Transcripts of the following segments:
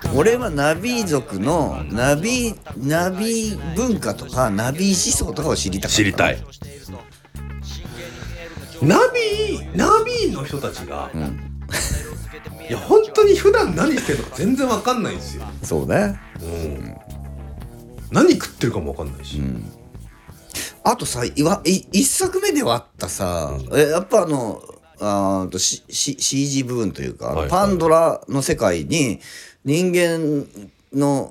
俺はナビ族のナビ文化とかナビ思想とかを知りたかった。 知りたい。ナビの人たちが、いや本当に普段何してるのか全然わかんないんですよ。 そうね、 何食ってるかもわかんないし、 あとさ、一作目ではあったさ、やっぱCG 部分というか、パンドラの世界に人間の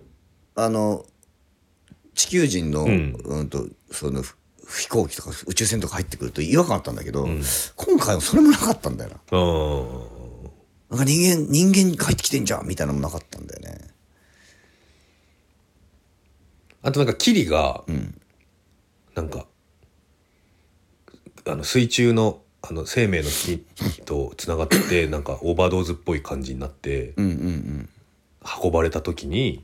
地球人の、その飛行機とか宇宙船とか入ってくると違和感あったんだけど、今回はそれもなかったんだよな。なんか人間が入ってきてんじゃんみたいなのもなかったんだよね。 あとなんかキリが、なんか水中の生命の木とつながってなんかオーバードーズっぽい感じになって運ばれた時に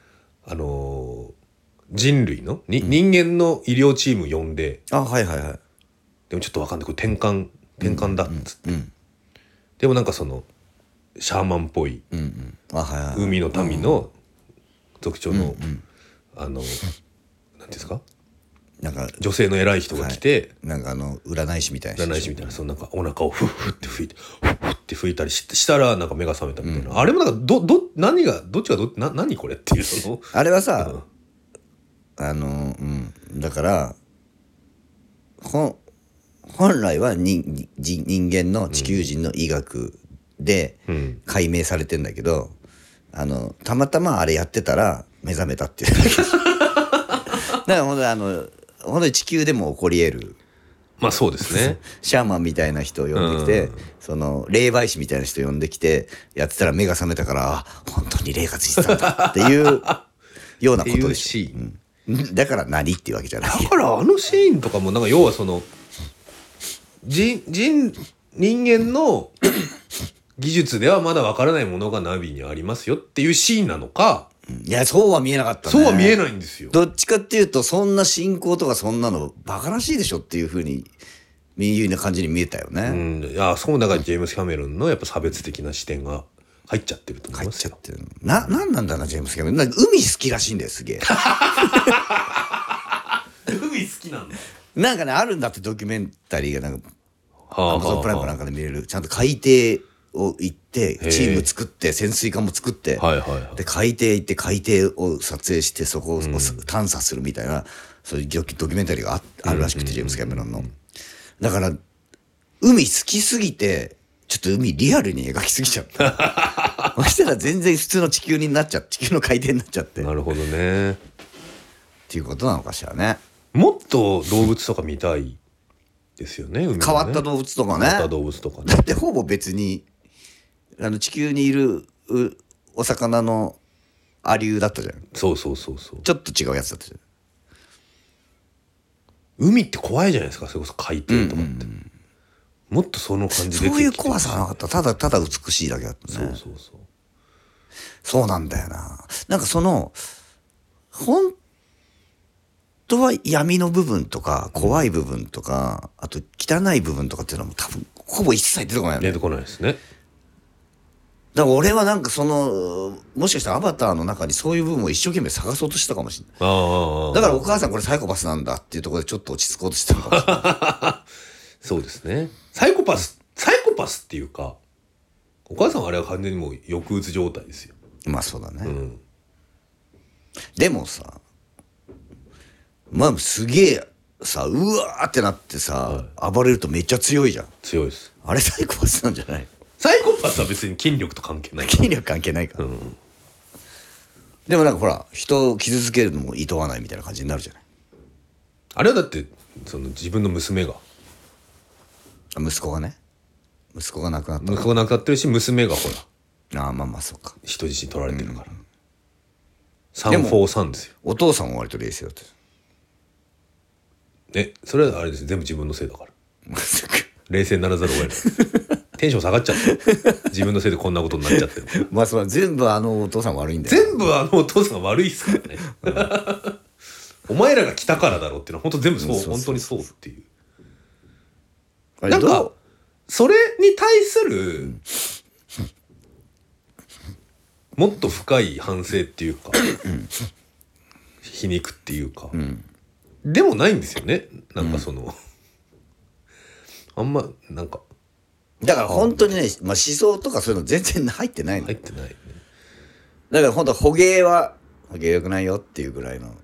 人類の人間の医療チーム呼んで、でもちょっとわかんない、これ転換だっつって、でもなんかそのシャーマンっぽい、海の民の族長のなんていうんですか、なんか女性の偉い人が来て、 なんか占い師みたいなそのなんかお腹をフッフって吹いてフッって吹いたりしたらなんか目が覚めたみたいな、あれもなんかどっちが何これっていうそのあれはさ、だから本来は人間の地球人の医学で解明されてんだけど、たまたまあれやってたら目覚めたっていうだけだから本当に地球でも起こり得る、 まあそうですねシャーマンみたいな人を呼んできて、その霊媒師みたいな人呼んできてやってたら目が覚めたから、本当に霊がついてたんだっていうようなことでしょ。だから何っていうわけじゃない。 だからシーンとかもなんか要はその人間の技術ではまだわからないものがナビにありますよっていうシーンなのか、 いやそうは見えなかったね。 そうは見えないんですよ。 どっちかっていうとそんな信仰とかそんなのバカらしいでしょっていう風にいうな感じに見えたよね。 いやそうだからジェームス・キャメロンのやっぱ差別的な視点が入っちゃってると思いますよ。 入っちゃってる。なんなんだなジェームス・キャメロン。なんか海好きらしいんだよ、すげえ。 海好きなんだ。 なんかねあるんだってドキュメンタリーがなんかアマゾンプライムなんかで見れる。ちゃんと海底を行ってチーム作って潜水艦も作って、で海底行って海底を撮影してそこを探査するみたいな、そういうドキュメンタリーがあるらしくて、ジェームス・キャメロンの。だから海好きすぎてちょっと海リアルに描きすぎちゃったそしたら全然普通の地球の海底になっちゃって。 なるほどね。 っていうことなのかしらね。 もっと動物とか見たいですよね。海ね、 変わった動物とかね。 変わった動物とかね。 だってほぼ別に地球にいるお魚のアリューだったじゃん。 そうちょっと違うやつだったじゃん。 海って怖いじゃないですか、それこそ海底とかって、もっとその感じでそういう怖さはなかった。ただ美しいだけだったね。そうなんだよな。なんかその本当は闇の部分とか怖い部分とか、あと汚い部分とかっていうのも多分ほぼ一切出てこないよね。 出てこないですね。 だから俺はなんかもしかしたらアバターの中にそういう部分を一生懸命探そうとしたかもしれない。だからお母さんこれサイコパスなんだっていうところでちょっと落ち着こうとしてるのかもしれないそうですね。サイコパスっていうか、お母さんはあれは完全にもう抑うつ状態ですよ。 まあそうだね、でもさ、まあすげえさ、うわーってなってさ、暴れるとめっちゃ強いじゃん。 強いです。 あれサイコパスなんじゃない？ サイコパスは別に筋力と関係ない。 筋力関係ないから、でもなんかほら人を傷つけるのも厭わないみたいな感じになるじゃない。 あれはだってその自分の娘が息子が亡くなった。 息子が亡くなってるし、娘がほらまあそうか、 人質に取られてるから、343ですよ。 お父さんは割と冷静だった。 それはあれですよ、全部自分のせいだから冷静にならざるを得ないテンション下がっちゃって自分のせいでこんなことになっちゃってるまあそれ全部お父さん悪いんだよ。 全部お父さん悪いっすからねお前らが来たからだろうっていうのは本当全部そう、本当にそうっていう。なんかそれに対するもっと深い反省っていうか皮肉っていうか、でもないんですよね。なんかその、あんまなんかだから本当にね、思想とかそういうの全然入ってないの。 入ってないね。 だから本当捕鯨は捕鯨良くないよっていうぐらいの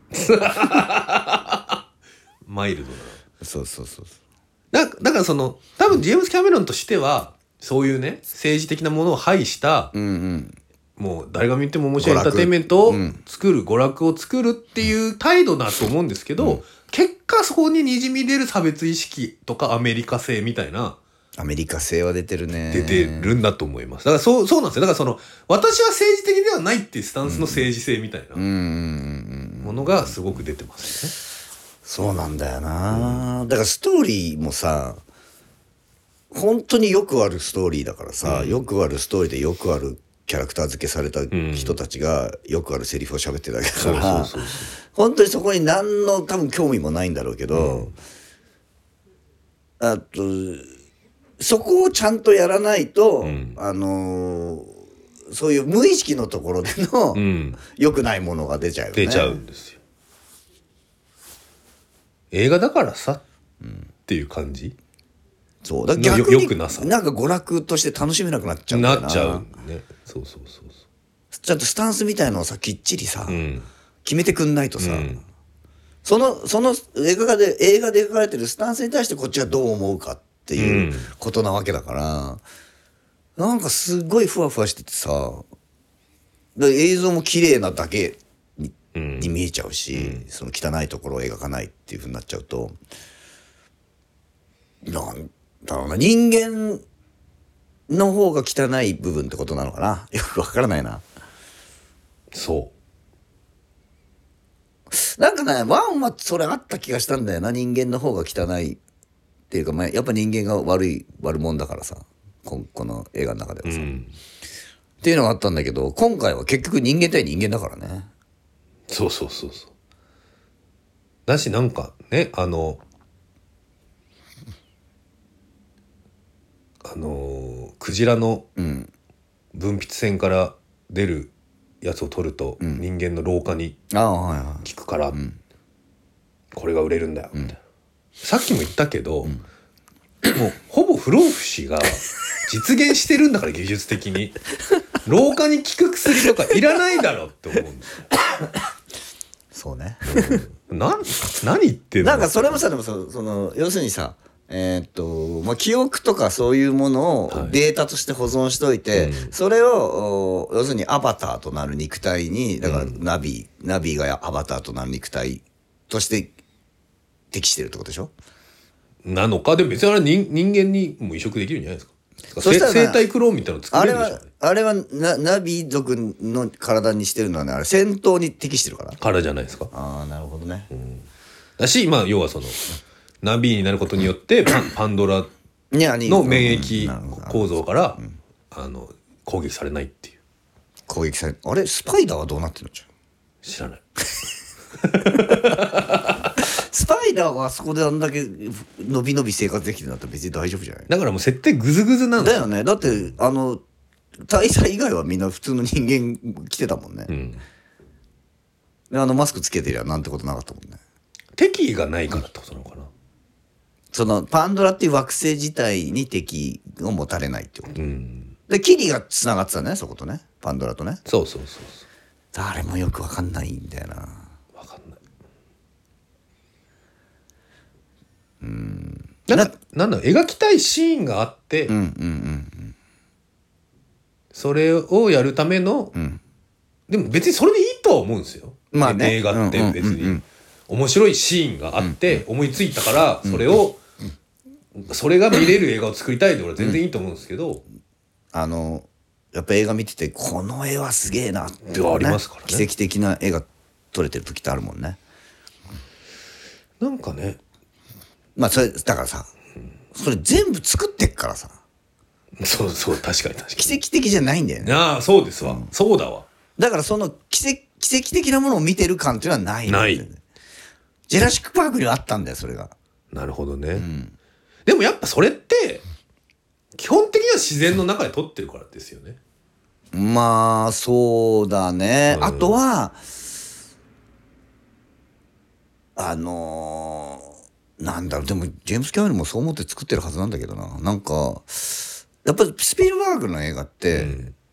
マイルドな。 そうそうそう。 だからその多分ジェームズ・キャメロンとしてはそういうね政治的なものを排した、もう誰が見ても面白いエンターテインメントを作る、娯楽を作るっていう態度だと思うんですけど、結果そこににじみ出る差別意識とかアメリカ性みたいな、 アメリカ性は出てるね。 出てるんだと思います。だからそうなんですよ。だからその私は政治的ではないっていうスタンスの政治性みたいなものがすごく出てますよね。 そうなんだよな、だからストーリーもさ本当によくあるストーリーだからさ、よくあるストーリーでよくあるキャラクター付けされた人たちがよくあるセリフを喋ってるだけだから、本当にそこに何の多分興味もないんだろうけど、あとそこをちゃんとやらないと、そういう無意識のところでの、良くないものが出ちゃうよね。 出ちゃうんですよ。映画だからさ、っていう感じ。 そうだ逆によくなさなんか娯楽として楽しめなくなっちゃうんだよな。 なっちゃうね。そうちゃんとスタンスみたいのをさきっちりさ、決めてくんないとさ、その映画で描かれてるスタンスに対してこっちがどう思うかっていうことなわけだから、なんかすごいふわふわしててさ、映像も綺麗なだけに見えちゃうし、その汚いところを描かないっていう風になっちゃうと、なんだろうな、人間の方が汚い部分ってことなのかな。よくわからないな。なんかね、ワンはそれあった気がしたんだよな。人間の方が汚いっていうか、やっぱ人間が悪者だからさ、この映画の中ではさ、っていうのがあったんだけど、今回は結局人間対人間だからね。 そうだし、なんかね、クジラの分泌腺から出るやつを取ると人間の老化に効くから、これが売れるんだよみたいな、さっきも言ったけど、もうほぼ不老不死が実現してるんだから技術的に老化に効く薬とかいらないだろって思うんですよ。 そうね。 何言ってんの。 なんかそれもさ、でもその要するにさ、記憶とかそういうものをデータとして保存しといて、それを要するにアバターとなる肉体に、だからナビがアバターとなる肉体として適してるってことでしょ。 なのか。でも別にあれ人間にも移植できるんじゃないですか。そしたら生体クローンみたいなの作れるでしょ。 あれはナビ族の体にしてるのはね、あれ戦闘に適してるからじゃないですか。 ああ、なるほどね。 だし、要はそのナビになることによってパンドラの免疫構造から攻撃されないっていう。 攻撃され、あれスパイダーはどうなってるの？ 知らない。 スパイダーはあそこであんだけのびのび生活できてるんだったら別に大丈夫じゃない？ だからもう設定グズグズなんだよね。だって大佐以外はみんな普通の人間来てたもんね。でマスクつけてりゃなんてことなかったもんね。 敵意がないからってことなのかな。 そのパンドラっていう惑星自体に敵を持たれないってこと。でキリがつながってたね、そことね、パンドラとね。 そう。 誰もよく分かんないんだよな。 分かんない。なんだろう、描きたいシーンがあって、それをやるための、でも別にそれでいいとは思うんですよ。映画って別に面白いシーンがあって思いついたからそれが見れる映画を作りたいで俺は全然いいと思うんですけど、 やっぱ映画見ててこの絵はすげえなってありますからね。 奇跡的な絵が撮れてる時ってあるもんね。 なんかね、 それだからさ、それ全部作ってっからさ。 そう確かに奇跡的じゃないんだよね。 ああ、そうですわ、そうだわ。 だからその奇跡的なものを見てる感っていうのはないんだよね。ジェラシックパークにはあったんだよ、それが。 なるほどね。でもやっぱそれって基本的には自然の中で撮ってるからですよね。 まあそうだね、あとはなんだろう、でもジェームス・キャメロンもそう思って作ってるはずなんだけどな。なんかやっぱりスピルバーグの映画って、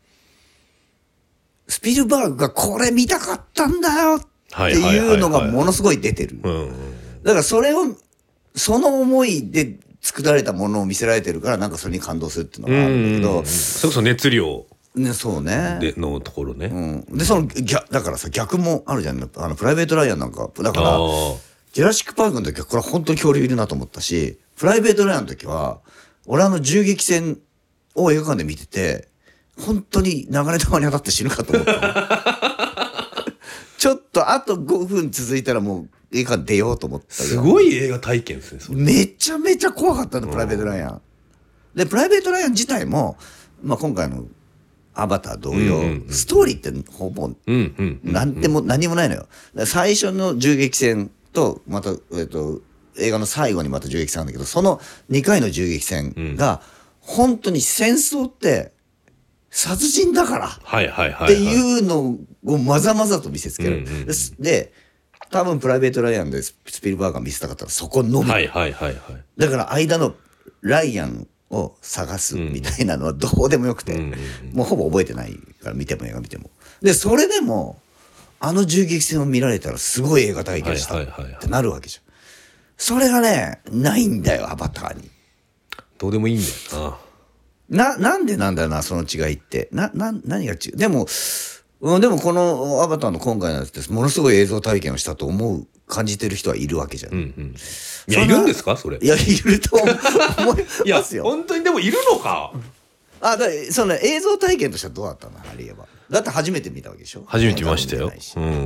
スピルバーグがこれ見たかったんだよっていうのがものすごい出てる。だからその思いで作られたものを見せられてるから、なんかそれに感動するっていうのがあるんだけど、 それこそ熱量ね、そうねでのところね、 でだからさ、逆もあるじゃん。プライベート・ライアンなんかだから、ジュラシック・パークの時はこれは本当に恐竜いるなと思ったし、プライベート・ライアンの時は俺銃撃戦を映画館で見てて、本当に流れ弾に当たって死ぬかと思ったちょっとあと5分続いたらもう映画出ようと思ったけど、 すごい映画体験ですね。それめちゃめちゃ怖かったの、プライベート・ライアンで。プライベート・ライアン自体も、まあ、今回のアバター同様、ストーリーってほぼ何もないのよ。最初の銃撃戦とまた、映画の最後にまた銃撃戦なんだけど、その2回の銃撃戦が、本当に戦争って殺人だからっていうのをまざまざと見せつける。で多分プライベート・ライアンでスピルバーグが見せたかったらそこのみ。だから間のライアンを探すみたいなのはどうでもよくて、もうほぼ覚えてないから映画見ても。でそれでも銃撃戦を見られたらすごい映画体験したってなるわけじゃん。それがねないんだよ、アバターに。 どうでもいいんだよな。 なんでなんだよな、その違いって。何が違う。でもこのアバターの今回のやつってものすごい映像体験をしたと感じてる人はいるわけじゃん。 いや、いるんですかそれ。 いや、いると思いますよ。 いや本当にでもいるのか。 その映像体験としてはどうだったの、あれ言えば。だって初めて見たわけでしょ。 初めて見ましたよ。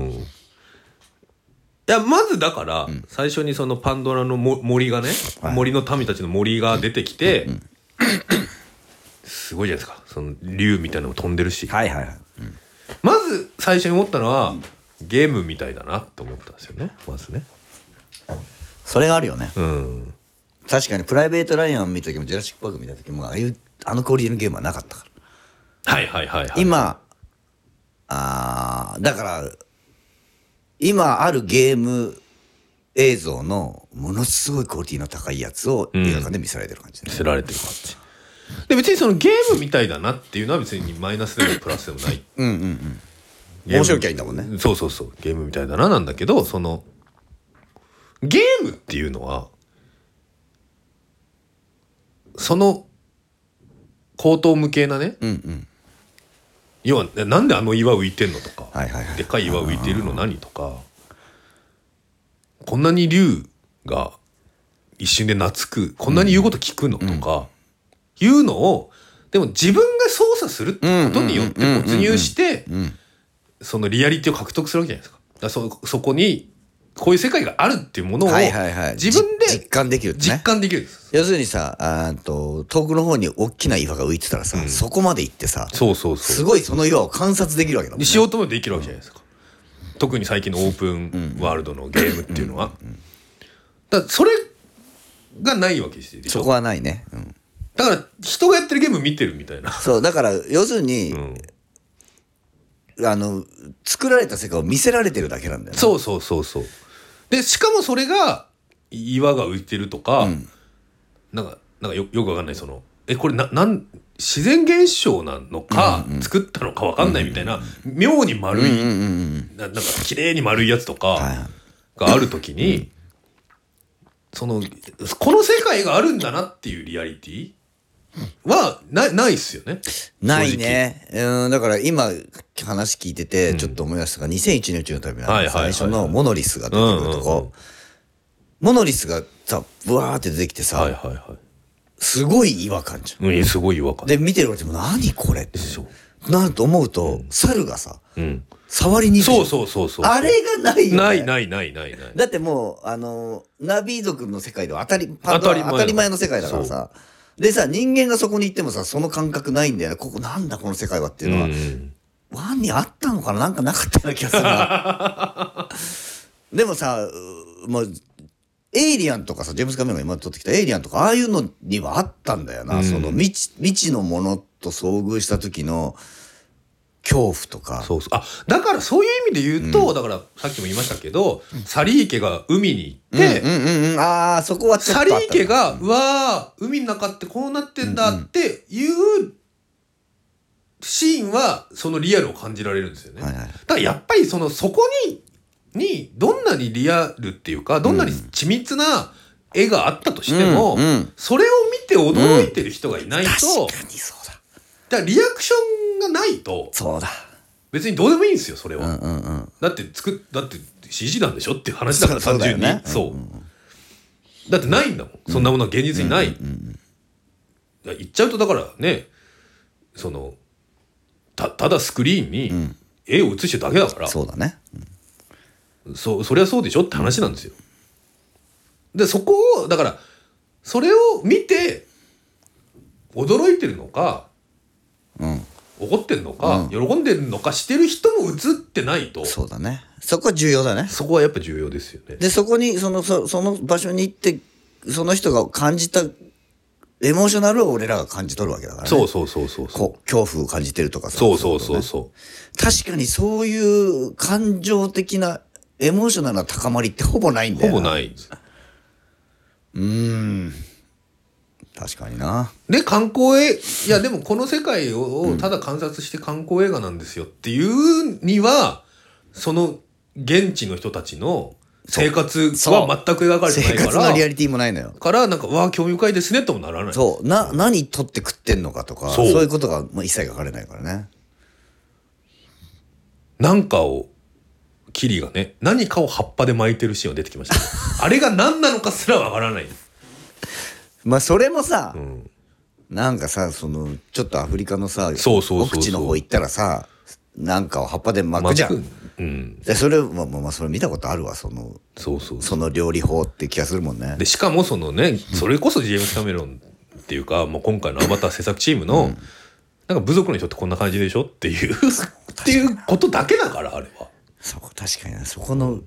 いや、まずだから、最初にそのパンドラの森がね、森の民たちの森が出てきて、すごいじゃないですか。その竜みたいなのも飛んでるし。まず最初に思ったのは、ゲームみたいだなって思ったんですよね。まずね。 それがあるよね。確かにプライベート・ライアン見た時もジュラシック・パーク見た時もあのクオリティのゲームはなかったから。今だから今あるゲーム映像のものすごいクオリティの高いやつを映画館で見せられてる感じ、 見せられてる感じで、別にそのゲームみたいだなっていうのは別にマイナスでもプラスでもない面白きゃいいんだもんね。 そうゲームみたいだななんだけど、そのゲームっていうのはその高等無形なね、要はなんであの岩浮いてんのとか、でっかい岩浮いてるの何とか、こんなに竜が一瞬で懐く、こんなに言うこと聞くのとかいうのを、でも自分が操作するってことによって没入してそのリアリティを獲得するわけじゃないですか。だからそこにこういう世界があるっていうものを自分で実感できるってね。 実感できるんです。 要するにさ、遠くの方に大きな岩が浮いてたらさ、そこまで行ってさ、すごいその岩を観察できるわけだもんね。 しようともできるわけじゃないですか。特に最近のオープンワールドのゲームっていうのは、だからそれがないわけですよ。 そこはないね。 だから人がやってるゲーム見てるみたいな。 そうだから要するに、作られた世界を見せられてるだけなんだよね。 そうで、しかもそれが岩が浮いてるとか、なんかよくわかんない、そのこれ自然現象なのか、作ったのかわかんないみたいな、妙に丸い、なんか綺麗に丸いやつとかがあるときに、この世界があるんだなっていうリアリティはないっすよね。 ないね。だから今話聞いててちょっと思い出したが、2001年宇宙の旅の最初のモノリスが出てくるとこ、モノリスがさブワーって出てきてさ、すごい違和感じゃん。 すごい違和感で見てるわけでも何これってなると思うと、猿がさ、触りに行く。 そうあれがないよね。 ない。 だってもうナビ族の世界では当たり前の世界だからさ。でさ、人間がそこに行ってもさ、その感覚ないんだよね。ここなんだこの世界はっていうのは、ワンにあったのかな、なんかなかったような気がするな。でもさ、もうエイリアンとかさ、ジェームス・カメロンが今撮ってきたエイリアンとか、ああいうのにはあったんだよな。その未知のものと遭遇した時の恐怖とか。 そうそう。だからそういう意味で言うと、だからさっきも言いましたけど、サリー家が海に行って、 そこはちょっとサリー家が、うわー、海の中ってこうなってんだっていうシーンは、そのリアルを感じられるんですよね。だからやっぱりそこに、どんなにリアルっていうか、どんなに緻密な絵があったとしても、それを見て驚いてる人がいないと、 確かにそうだ。 だからリアクションがないと、 そうだ。 別にどうでもいいんですよ、それは。だって CG なんでしょっていう話だから、単純に。そう。だってないんだもん。そんなものは現実にない。言っちゃうと、だからね、ただスクリーンに絵を映してるだけだから。 そうだね。 そりゃそうでしょって話なんですよ。で、そこを、だから、それを見て、驚いてるのか、怒ってんのか、喜んでるのかしてる人も映ってないと。 そうだね。そこは重要だね。 そこはやっぱ重要ですよね。 で、そこに、その場所に行って、その人が感じた、エモーショナルを俺らが感じ取るわけだからね。 そう。 恐怖を感じてるとかさ。 そう。 確かにそういう感情的な、エモーショナルな高まりってほぼないんだよな。 ほぼないんです。 確かにな。 で、いやでもこの世界をただ観察して観光映画なんですよっていうには、その現地の人たちの生活は全く描かれてないから。 生活のリアリティもないのよ。 からなんか、わあ興味深いですねともならない。 そう。何取って食ってんのかとか、そういうことが一切描かれないからね。 なんかを、キリがね、何かを葉っぱで巻いてるシーンが出てきました。あれが何なのかすらわからない。 まあそれもさ、なんかさ、ちょっとアフリカのさ、奥地の方行ったらさ、なんかを葉っぱで巻くじゃん。でそれそれ見たことあるわ、その料理法って気がするもんね。 でしかもそれこそジェームス・キャメロンっていうか、もう今回のアバター制作チームの、なんか部族の人ってこんな感じでしょっていうっていうことだけだから、あれは。 確かにな。そこの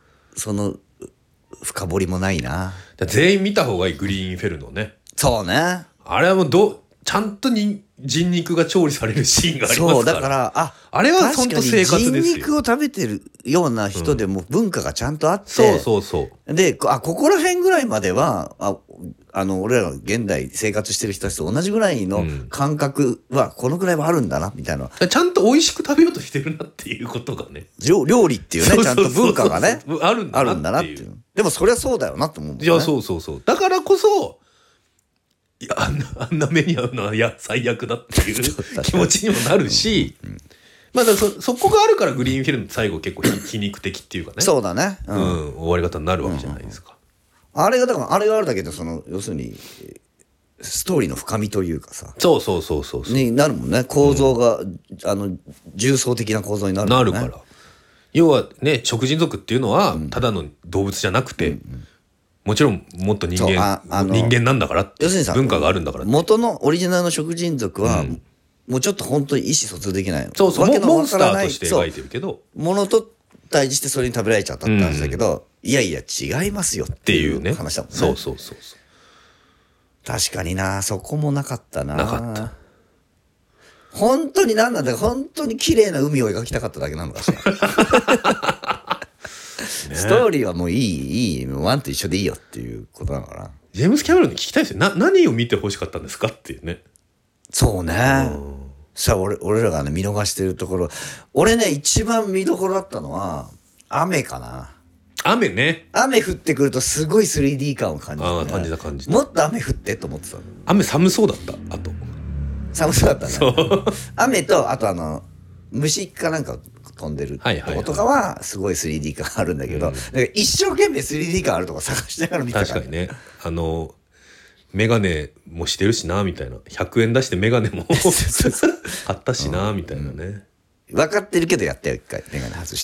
深掘りもないな。 全員見た方がいい、グリーンフェルノね。 そうね。 あれはもうちゃんと人肉が調理されるシーンがありますから。そうだから、 あれは本当生活ですよ。 人肉を食べてるような人でも文化がちゃんとあって、で、ここら辺ぐらいまでは俺らの現代生活してる人たちと同じぐらいの感覚はこのぐらいはあるんだなみたいな。 ちゃんと美味しく食べようとしてるなっていうことがね。 料理っていうね、ちゃんと文化がねあるんだなっていう。 でもそりゃそうだよなと思うもんね。 いや、そう。だからこそ。いや、あんな目に遭うのは最悪だっていう気持ちにもなるし、まあそこがあるからグリーンフィルム最後結構皮肉的っていうかね。 そうだね。 終わり方になるわけじゃないですか。 あれがあるだけで要するにストーリーの深みというかさ。 そうになるもんね。構造が重層的な構造になるもんね。 なるから。要はね、食人族っていうのはただの動物じゃなくて。もちろんもっと人間なんだからって、要するにさ、文化があるんだからって。 元のオリジナルの食人族は、もうちょっと本当に意思疎通できないの。 モンスターとして描いてるけど、 ものと対峙してそれに食べられちゃったって話だけど、いや違いますよっていう話だもんね。 そう。 確かにな、そこもなかったな。 なかった。 本当に何なんだか、本当に綺麗な海を描きたかっただけなのかしら。ストーリーはもういいワンと一緒でいいよっていうことなのかな。 ジェームス・キャメロンに聞きたいですよ。何を見てほしかったんですかっていうね。 そうね。さあ俺らがね見逃してるところ、俺ね一番見どころだったのは雨かな。 雨ね。 雨降ってくるとすごい 3D 感を感じる、ね。 感じた。 もっと雨降ってと思ってたの。 雨寒そうだった。あと寒そうだったね。雨とあと虫かなんか飛んでるとことかはすごい 3D 感あるんだけど、一生懸命 3D 感あるとこ探しながら見てたから。 確かにね。メガネもしてるしなみたいな、100円出してメガネも買ったしなみたいなね。 分かってるけどやったよ、一回メガネ外して。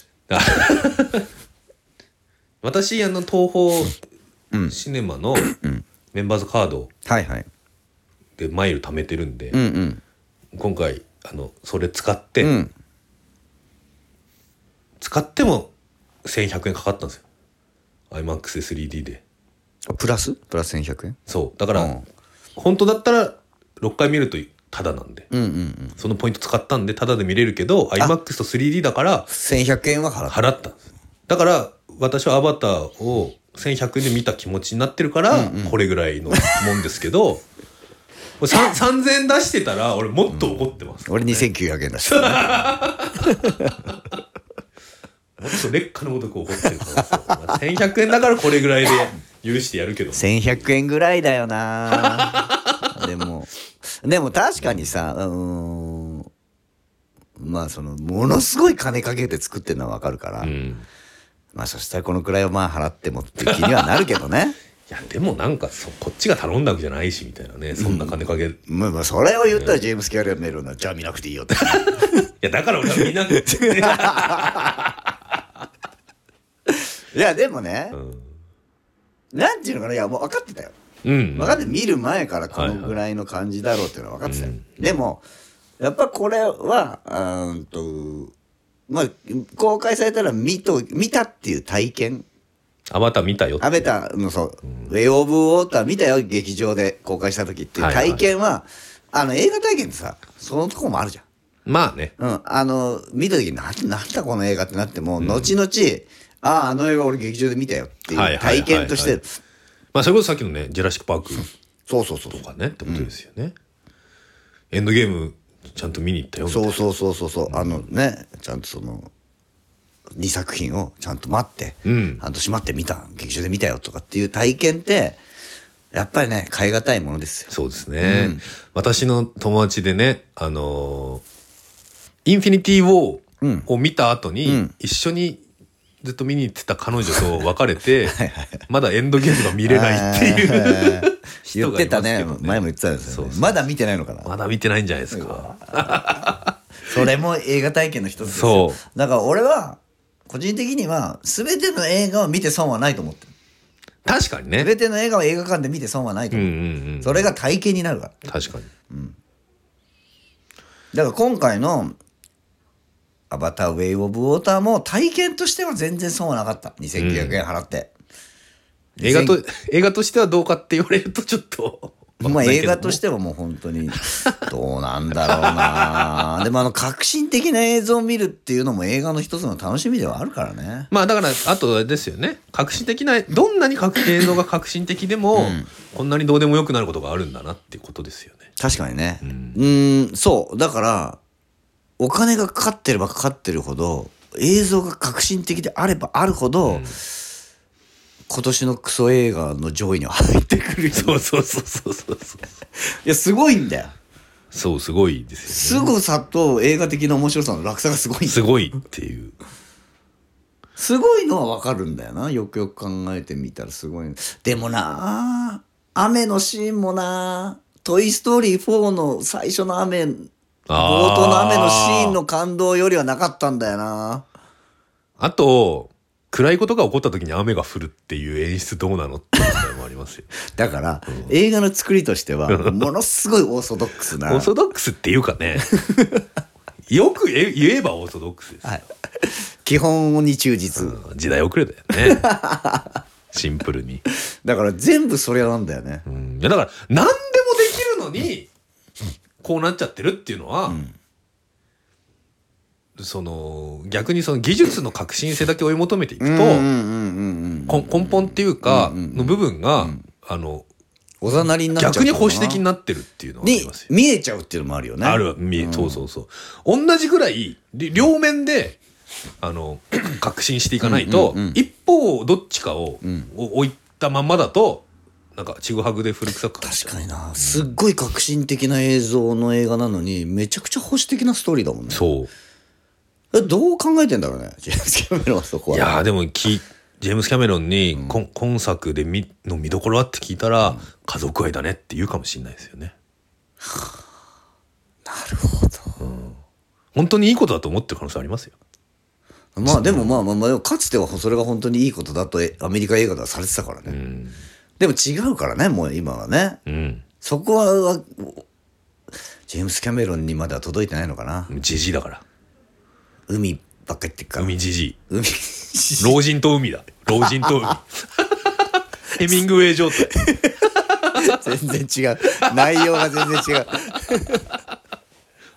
私東宝シネマのメンバーズカードでマイル貯めてるんで、今回それ使って、使っても1100円かかったんですよ。 IMAX で 3D でプラス1100円。 そうだから、本当だったら6回見るとタダなんで、そのポイント使ったんでタダで見れるけど iMAX と 3D だから 1100円は払ったんです。だから私はアバターを1100円で見た気持ちになってるからこれぐらいのもんですけど、3000円出してたら俺もっと怒ってます、 俺2900円出してたもっと劣化のごとく怒ってるから1100円だからこれぐらいで許してやるけど 1100円ぐらいだよなでも確かにさまあそのものすごい金かけて作ってるのはわかるから、まあそしたらこのくらいはまあ払ってもっていう気にはなるけどねいやでもなんかこっちが頼んだわけじゃないしみたいなね、そんな金かける、 まあそれを言ったらジェームス・キャメロンなじゃあ見なくていいよっていやだから俺は見なくていやでもね、なんていうのかな、いやもう分かってたよ、分かって見る前からこのぐらいの感じだろうっていうのは分かってたよ、でもやっぱこれはまあ公開されたら見たっていう体験、 アバター見たよってアバターのそう、ウェイ・オブ・ウォーター見たよ劇場で公開した時っていう体験は、映画体験ってさそのとこもあるじゃん。 まあね、 見た時になんだこの映画ってなっても、後々あの映画俺劇場で見たよっていう体験として、 まあそれこそさっきのねジュラシック・パークそうとかねってことですよね、エンドゲームちゃんと見に行ったよみたいな、 そうねちゃんとその2作品をちゃんと待って、半年待って見た劇場で見たよとかっていう体験ってやっぱりね買い難いものですよ。 そうですね、私の友達でねインフィニティ・ウォーを見た後に、一緒にずっと見に行ってた彼女と別れてまだエンドゲームが見れないっていう言ってたね、前も言ってたんですよね。まだ見てないのかな。 まだ見てないんじゃないですかそれも映画体験の一つですよ。だから俺は個人的には全ての映画を見て損はないと思ってる。 確かにね、 全ての映画を映画館で見て損はないと思う、それが体験になるから。 確かに、 だから今回のアバター・ウェイ・オブ・ウォーターも体験としては全然損はなかった。2900円払って、 映画としてはどうかって言われるとちょっとまあ映画としてはもう本当にどうなんだろうなでも革新的な映像を見るっていうのも映画の一つの楽しみではあるからね。 まあだからあとあれですよね、革新的などんなに映像が革新的でも、こんなにどうでもよくなることがあるんだなっていうことですよね。 確かにね、そうだからお金がかかってればかかってるほど映像が革新的であればあるほど、今年のクソ映画の上位には入ってくる。 そういやすごいんだよ。 そうすごいですよね。 凄さと映画的な面白さの落差がすごいんだよ。 すごいっていうすごいのは分かるんだよな、よくよく考えてみたらすごい。でもな雨のシーンもなトイストーリー4の最初の雨冒頭の雨のシーンの感動よりはなかったんだよな。 あと暗いことが起こった時に雨が降るっていう演出どうなのって問題もありますよだから、映画の作りとしてはものすごいオーソドックスなオーソドックスっていうかねよく言えばオーソドックスです、 基本に忠実、 時代遅れだよねシンプルに。 だから全部それなんだよね、 いやだから何でもできるのにこうなっちゃってるっていうのは、その逆にその技術の革新性だけ追い求めていくと根本っていうかの部分がおざなりになっちゃう、 逆に保守的になってるっていうのがありますよ。 見えちゃうっていうのもあるよね。 そう同じぐらい両面で革新していかないと、一方どっちかを置いたまんまだとなんかちぐはぐで古臭く。 確かにな、すっごい革新的な映像の映画なのにめちゃくちゃ保守的なストーリーだもんね。 そうどう考えてんだろうねジェームス・キャメロンはそこは。 いやでもジェームス・キャメロンに、今作での見どころはって聞いたら、家族愛だねって言うかもしれないですよね。 なるほど、 本当にいいことだと思ってる可能性ありますよ。 まあでもまあかつてはそれが本当にいいことだとアメリカ映画ではされてたからね、でも違うからねもう今はね、そこはジェームス・キャメロンにまでは届いてないのかな。 ジジイだから海ばっかり言ってっから。 海ジジイ老人と海だ。老人と海ヘミングウェイ状態全然違う、内容が全然違う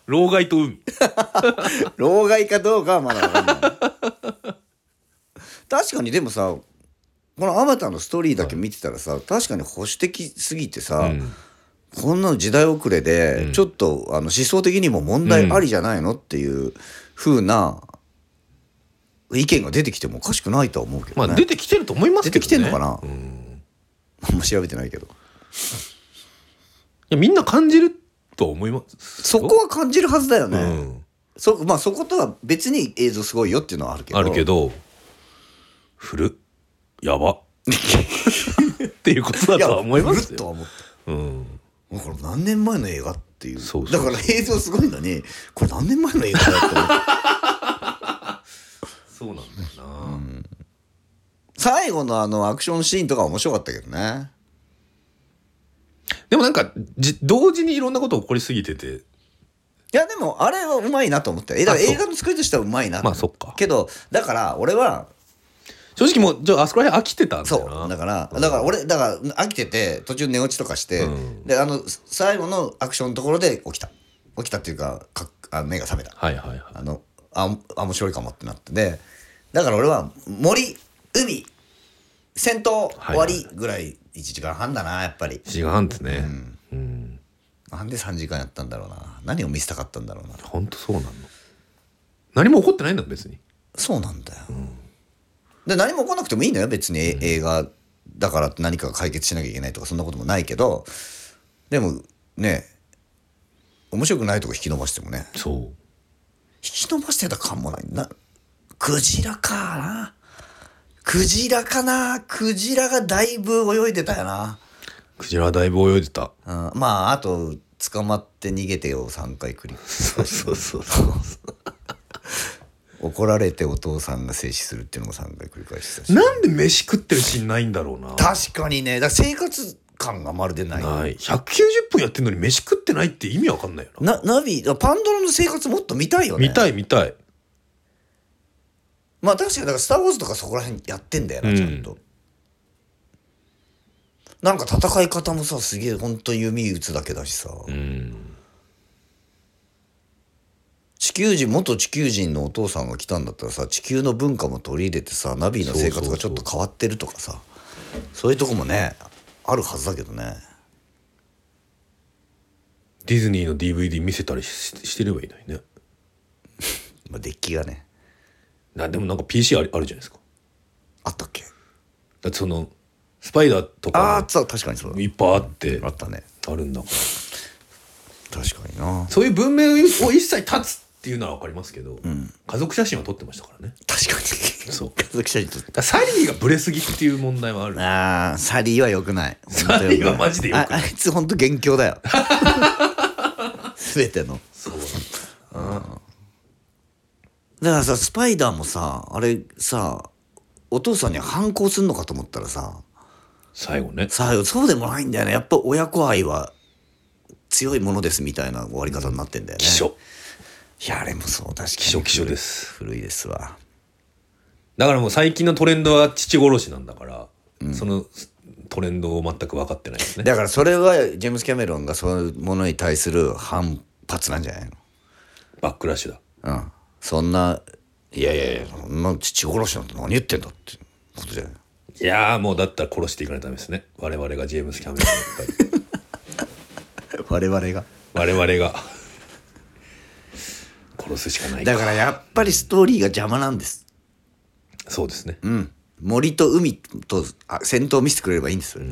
老害と海。 老害かどうかはまだ分かんない確かにでもさ、このあまたのストーリーだけ見てたらさ、はい、確かに保守的すぎてさ、こんな時代遅れで、ちょっと思想的にも問題ありじゃないのっていう風な意見が出てきてもおかしくないとは思うけどね。 まあ出てきてると思いますけどね。 出てきてんのかな。あんま調べてないけど。いやみんな感じると思います。 そこは感じるはずだよね。まあそことは別に映像すごいよっていうのはあるけど。 古やばっていうことだとは思いますよ。 古っとは思った。これ何年前の映画っていう。だから映像すごいのにこれ何年前の映画だって思ったそうなんだよな、 最後のアクションシーンとか面白かったけどね。 でもなんか同時にいろんなこと起こりすぎてて、 いやでもあれはうまいなと思った。だから映画の作りとしてはうまいなと思った。 まあそっか。 けどだから俺は正直もうあそこら辺飽きてたんだよな。 そうだから俺飽きてて途中寝落ちとかして、で最後のアクションのところで起きたっていうか目が覚めた。 はいはいはい。 面白いかもってなってで、だから俺は森海戦闘終わりぐらい1時間半だなやっぱり。 1時間半ですね。 なんで3時間やったんだろうな。何を見せたかったんだろうな。 本当そうなの。何も起こってないんだ別に。 そうなんだよ。で何も起こらなくてもいいのよ別に、映画だからって何かが解決しなきゃいけないとかそんなこともないけど、でもね面白くないとこ引き伸ばしてもね。 そう。 引き伸ばしてた感もないな。クジラかな。クジラかな。クジラがだいぶ泳いでたよな。 クジラはだいぶ泳いでた。 まああと捕まって逃げてよ3回繰り返しそう怒られてお父さんが静止するっていうのも3回繰り返してたし。 なんで飯食ってるシーンないんだろうな。 確かにね。だから生活感がまるでない。 190分やってんのに飯食ってないって意味わかんないよな。 ナビパンドラの生活もっと見たいよね。見たい。まあ確かにだからスター・ウォーズとかそこら辺やってんだよな、ちゃんと。なんか戦い方もさすげえほんと弓打つだけだしさ。元地球人のお父さんが来たんだったらさ地球の文化も取り入れてさナビの生活がちょっと変わってるとかさ、そういうとこもねあるはずだけどね。 ディズニーの DVD 見せたり してればいいのにねまあデッキがね。 でもなんか PC あるじゃないですか。 あったっけ。 だってそのスパイダーとか確かにそうだ。 いっぱいあってあったね。 あるんだから確かにな。 そういう文明を一切断つっていうのは分かりますけど、家族写真は撮ってましたからね。 確かにそう家族写真撮って。 サリーがブレすぎっていう問題はある。 サリーは良くない。 サリーはマジで良くない。 あいつほんと元凶だよ全ての。 そうなんだ。 だからさスパイダーもさあれさお父さんに反抗すんのかと思ったらさ最後ねそうでもないんだよね。やっぱ親子愛は強いものですみたいな終わり方になってんだよね。 気象。 いやあれもそう確かに気象です。 古いですわ。 だからもう最近のトレンドは父殺しなんだから、そのトレンドを全く分かってないですね。 だからそれはジェームス・キャメロンがそういうものに対する反発なんじゃないの。 バックラッシュだ。 そんないやそんな父殺しなんて何言ってんだってことじゃない。 いやもうだったら殺していかないとダメですね。我々がジェームス・キャメロンやっぱり我々が殺すしかないか。 だからやっぱりストーリーが邪魔なんです。 そうですね。 森と海と戦闘を見せてくれればいいんですよ。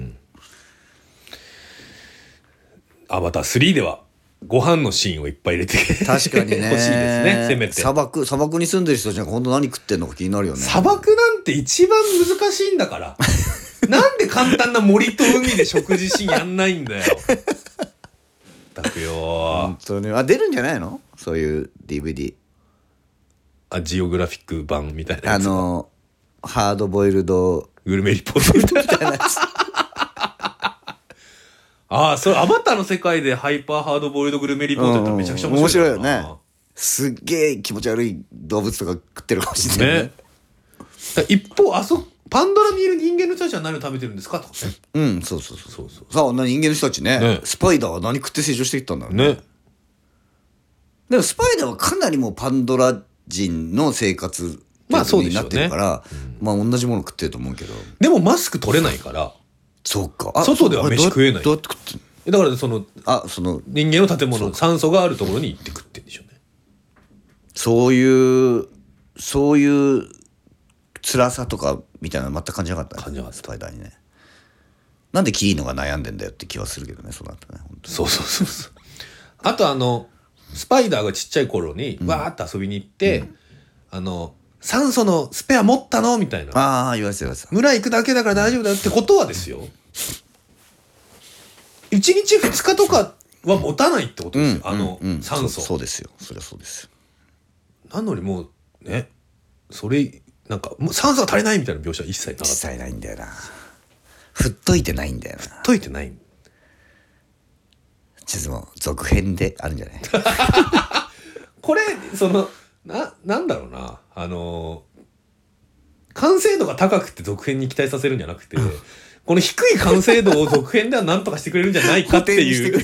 アバター3ではご飯のシーンをいっぱい入れて確かにね欲しいですね。せめて砂漠に住んでる人たちが本当何食ってんのか気になるよね。 砂漠なんて一番難しいんだからなんで簡単な森と海で食事シーンやんないんだよだくよ。 本当に出るんじゃないのそういう DVD。 ジオグラフィック版みたいなやつ。 ハードボイルドグルメリポートみたいなやつそれアバターの世界でハイパーハードボイルドグルメリポートやったらめちゃくちゃ面白いよね。すっげえ気持ち悪い動物とか食ってるかもしれないね。 一方パンドラにいる人間の人たちは何を食べてるんですかとかね。 そうさあ人間の人たちねスパイダーは何食って成長していったんだろうね。 でもスパイダーはかなりもうパンドラ人の生活になってるから、まあ同じもの食ってると思うけど。 でもマスク取れないから。 そうか。 外では飯食えない。 どうやって食ってんの？ だからその人間の建物、酸素があるところに行って食ってんでしょうね。そういう辛さとかみたいなの全く感じなかったね。 感じなかった。 スパイダーにね。なんでキリノが悩んでんだよって気はするけどね、そうなったね。本当に。 そう。あとスパイダーがちっちゃい頃にわーって遊びに行って、酸素のスペア持ったのみたいな。 ああ、言われてた。 村行くだけだから大丈夫だよってことはですよ。1日2日とかは持たないってことですよ。酸素。 そうですよ。そりゃそうですよ。 なのにもうね、それなんかもう酸素が足りないみたいな描写は一切なかった。 一切ないんだよな。振っといてないんだよな。 振っといてない。 地図も続編であるんじゃない？ これなんだろうな、完成度が高くて続編に期待させるんじゃなくて、この低い完成度を続編では何とかしてくれるんじゃないかっていう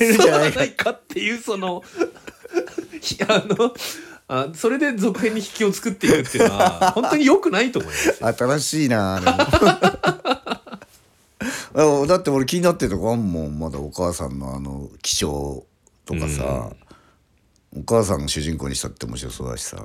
それで続編に引きを作っていくっていうのは本当に良くないと思いますよ。 新しいなだって俺気になってるとこあんもん。まだお母さんの気象とかさ、お母さんの主人公にしたって面白そうだしさ。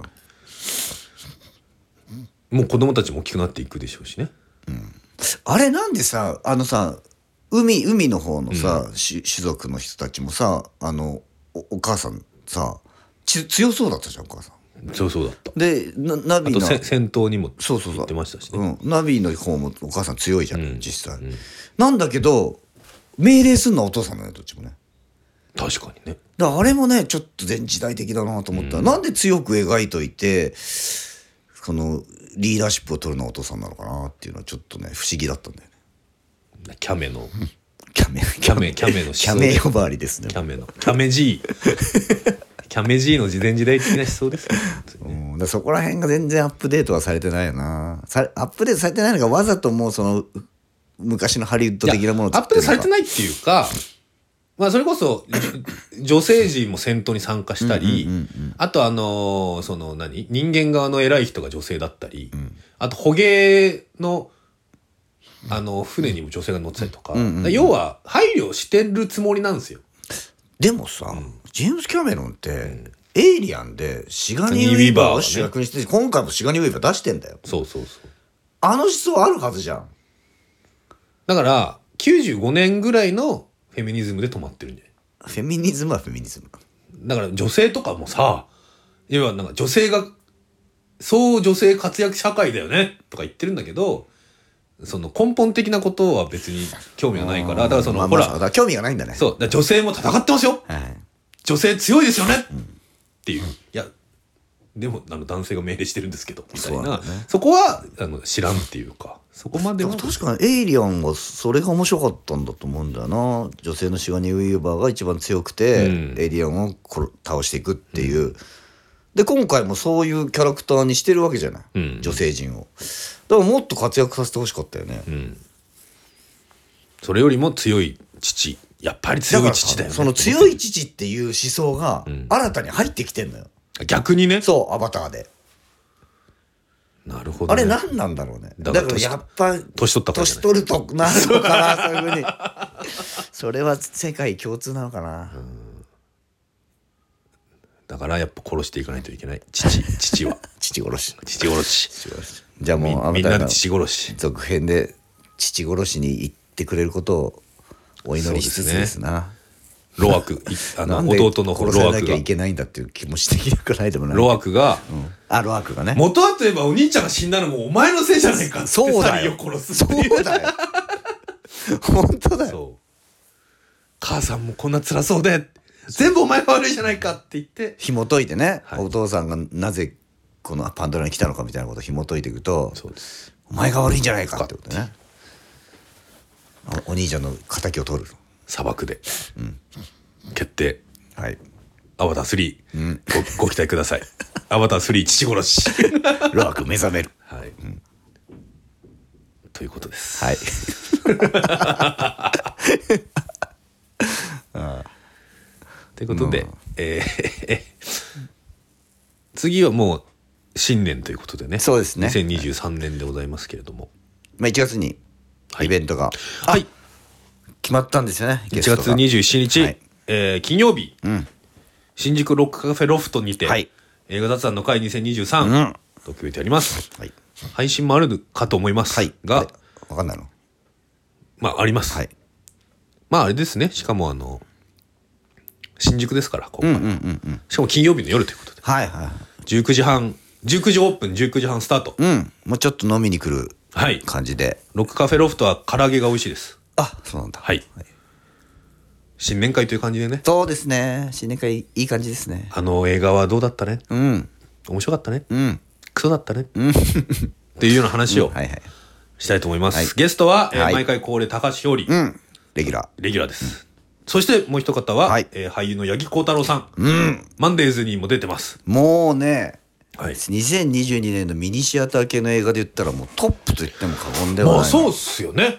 もう子供たちも大きくなっていくでしょうしね。 あれなんでさ、海の方のさ、種族の人たちもさ、お母さんさ強そうだったじゃん、お母さん。 強そうだった。 でナビの戦闘にも行ってましたしね。 ナビの方もお母さん強いじゃん、実際。なんだけど命令すんのはお父さんだよ、どっちもね。 確かにね。 だからあれもねちょっと前時代的だなと思ったら、なんで強く描いといてこのリーダーシップを取るのはお父さんなのかなっていうのはちょっとね不思議だったんだよね。 キャメの思想で呼ばわりですね。 キャメ G キャメ G の事前時代的な思想ですね。 だそこら辺が全然アップデートはされてないよな。アップデートされてないのがわざともうその昔のハリウッド的なものを作ってるのか。アップデートされてないっていうか、まあそれこそ女性陣も戦闘に参加したり、あと人間側の偉い人が女性だったり、あと捕鯨の船にも女性が乗ってたりとか、要は配慮してるつもりなんですよ。 でもさ、ジェームス・キャメロンって、エイリアンでシガニー・ウィーバーを主役にして、今回もシガニー・ウィーバー出してんだよ。 そう。 思想あるはずじゃん。 だから95年ぐらいのフェミニズムで止まってるんじゃない？ フェミニズムはフェミニズムだから女性とかもさ、要はなんか女性が女性活躍社会だよねとか言ってるんだけど、その根本的なことは別に興味がないから、だからほら興味がないんだね。 そうだ、女性も戦ってますよ、女性強いですよね、っていう。いやでも男性が命令してるんですけどみたいな、そこは知らんっていうか、そこまでは。 確かにエイリアンはそれが面白かったんだと思うんだよな。女性のシガニー・ウィーバーが一番強くて、エイリアンを倒していくっていう、で今回もそういうキャラクターにしてるわけじゃない、女性陣を。だからもっと活躍させてほしかったよね、 それよりも強い父、やっぱり強い父だよね。 その強い父っていう思想が新たに入ってきてんのよ、 逆にね。 そうアバターで。 なるほど、ね、 あれ何なんだろうね。だからやっぱ年取ったから、 年取るとなるのかなそういうふうにそれは世界共通なのかな。 だからやっぱ殺していかないといけない。父は父殺し。 じゃあもうみんなで父殺し。 続編で父殺しに行ってくれることをお祈りしつつですな。 ロアク弟の殺さなきゃいけないんだっていう気持ち的なくないでもない。 ロアクがね。 元はといえばお兄ちゃんが死んだのもお前のせいじゃないかってそうだよ。そうだよ。本当だよ。 母さんもこんな辛そうで全部お前が悪いじゃないかって言って紐解いてね、お父さんがなぜこのパンドラに来たのかみたいなことを紐解いていくと、お前が悪いんじゃないかってことね。お兄ちゃんの敵を取る。 砂漠で、決定。 はい。 アバター3、ご期待ください。アバター3父殺し。 ロアク目覚める。 はい。ということです。 はい。 ということで、 次はもう新年ということでね。 そうですね。 2023年でございますけれども。 まあ、1月にイベントが、 はい、 決まったんですよね。 1月27日、金曜日、新宿ロックカフェロフトにて、映画雑談の会2023、と決めてあります。配信もあるかと思いますが、 わかんないの？ まあ、あります。まあ、あれですね。しかも新宿ですから、今回。しかも金曜日の夜ということで。19時半、19時オープン、19時半スタート。 もうちょっと飲みに来る感じで。 ロックカフェロフトは唐揚げが美味しいです。 あ、そうなんだ。 新年会という感じでね。 そうですね。新年会いい感じですね。 映画はどうだったね。面白かったね。クソだったね。っていうような話をしたいと思います。ゲストは毎回恒例高橋ひょうり。 レギュラーです。そしてもう一方は俳優の八木幸太郎さん。マンデーズにも出てます。 もうね、2022年のミニシアター系の映画で言ったらもうトップと言っても過言ではない。 まあそうっすよね。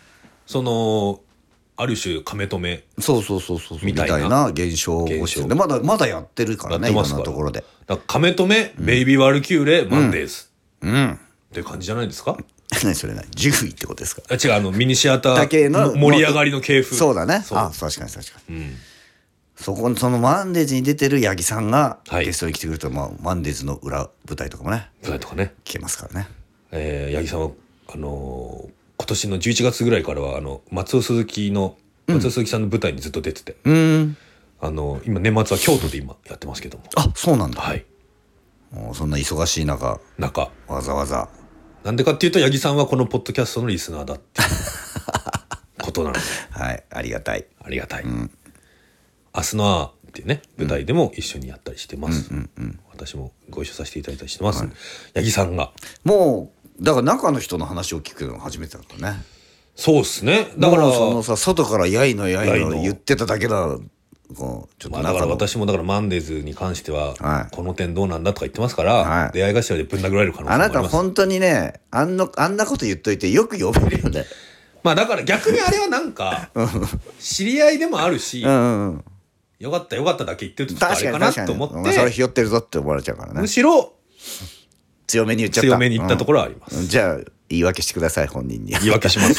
ある種亀止めみたいな現象を起こしてる。まだやってるからね、いろんなところで。 亀止め、ベイビーワルキューレ、マンデーズっていう感じじゃないですか。 何それない10位ってことですか。 違う、ミニシアターの盛り上がりの系譜。 そうだね。あ、確かに。そのマンデーズに出てる八木さんがゲストに来てくれると、マンデーズの裏舞台とかもね、聞けますからね。 八木さんは今年の11月ぐらいからは松尾鈴木さんの舞台にずっと出てて、今年末は京都で今やってますけども。 あ、そうなんだ。そんな忙しい中わざわざ。 なんでかっていうと、八木さんはこのポッドキャストのリスナーだっていうことなのでありがたい。 明日のアーっていうね舞台でも一緒にやったりしてます。私もご一緒させていただいたりしてます。八木さんがもうだから中の人の話を聞くのが初めてだったね。 そうですね。だから外からやいの言ってただけだ。ちょっとだから私もマンデーズに関してはこの点どうなんだとか言ってますから、出会い頭でぶん殴られる可能性もあります。 あなた本当にね、あんなこと言っといてよく呼べるよね。 まあだから逆にあれはなんか知り合いでもあるし、よかっただけ言ってるとちょっとあれかなと思って、 それひよってるぞって思われちゃうからね。 むしろ強めに言っちゃった。 強めに言ったところはあります。 じゃあ言い訳してください、本人に。 言い訳します。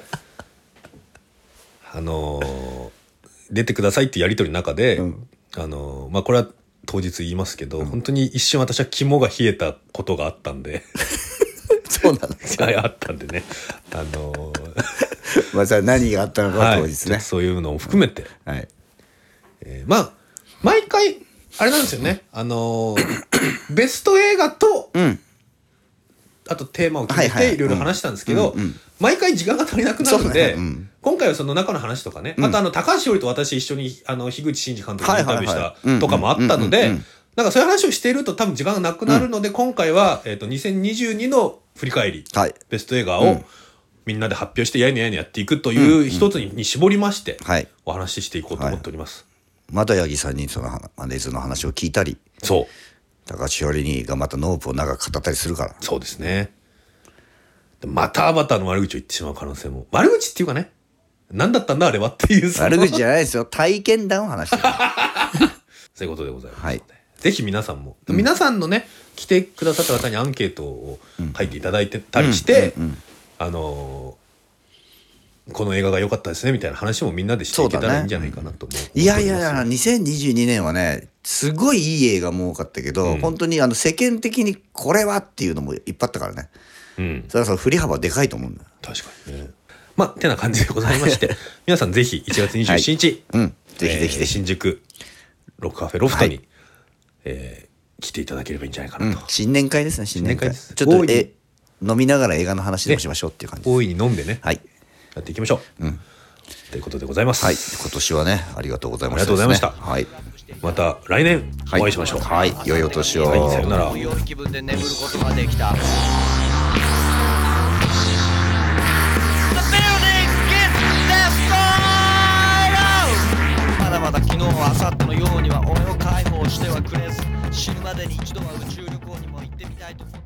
出てくださいってやり取りの中で、まあこれは当日言いますけど、本当に一瞬私は肝が冷えたことがあったんで。 そうなんですよ。 あったんでね。 まあさ、何があったのか当日ね。 そういうのも含めて。まあ毎回あれなんですよね。ベスト映画と、あとテーマを決めていろいろ話したんですけど、毎回時間が足りなくなるので、今回はその中の話とかね、あと高橋ひょうりと私一緒に樋口真嗣監督にインタビューしたとかもあったので、なんかそういう話をしていると多分時間がなくなるので、今回は2022の振り返り、ベスト映画をみんなで発表してやいのやっていくという一つに絞りまして、お話ししていこうと思っております。 また八木さんにそのマンデーズの話を聞いたり、高橋ひょうりにがまたノープを長く語ったりするから。 そうですね。またアバターの悪口を言ってしまう可能性も。悪口っていうかね、何だったんだあれはっていう。 悪口じゃないですよ。体験談を話してる。 そういうことでございます。ぜひ皆さんも、皆さんのね、来てくださった方にアンケートを書いていただいてたりして、この映画が良かったですねみたいな話もみんなでしていけたらいいんじゃないかなと思う。 いや2022年はね、すごいいい映画も多かったけど、本当に世間的にこれはっていうのもいっぱいあったからね。それは振り幅でかいと思うんだよ。 確かにね。まあてな感じでございまして、皆さんぜひ1月27日、ぜひ新宿ロックカフェロフトに来ていただければいいんじゃないかなと。 新年会ですね。新年会です。ちょっと飲みながら映画の話でもしましょうっていう感じです。 大いに飲んでね、やっていきましょう。ということでございます。 今年はね、ありがとうございました。 ありがとうございました。また来年お会いしましょう。 良いお年を。 さよなら。 まだまだ昨日は明後日のようには俺を解放してはくれず、死ぬまでに一度は宇宙旅行にも行ってみたいと思って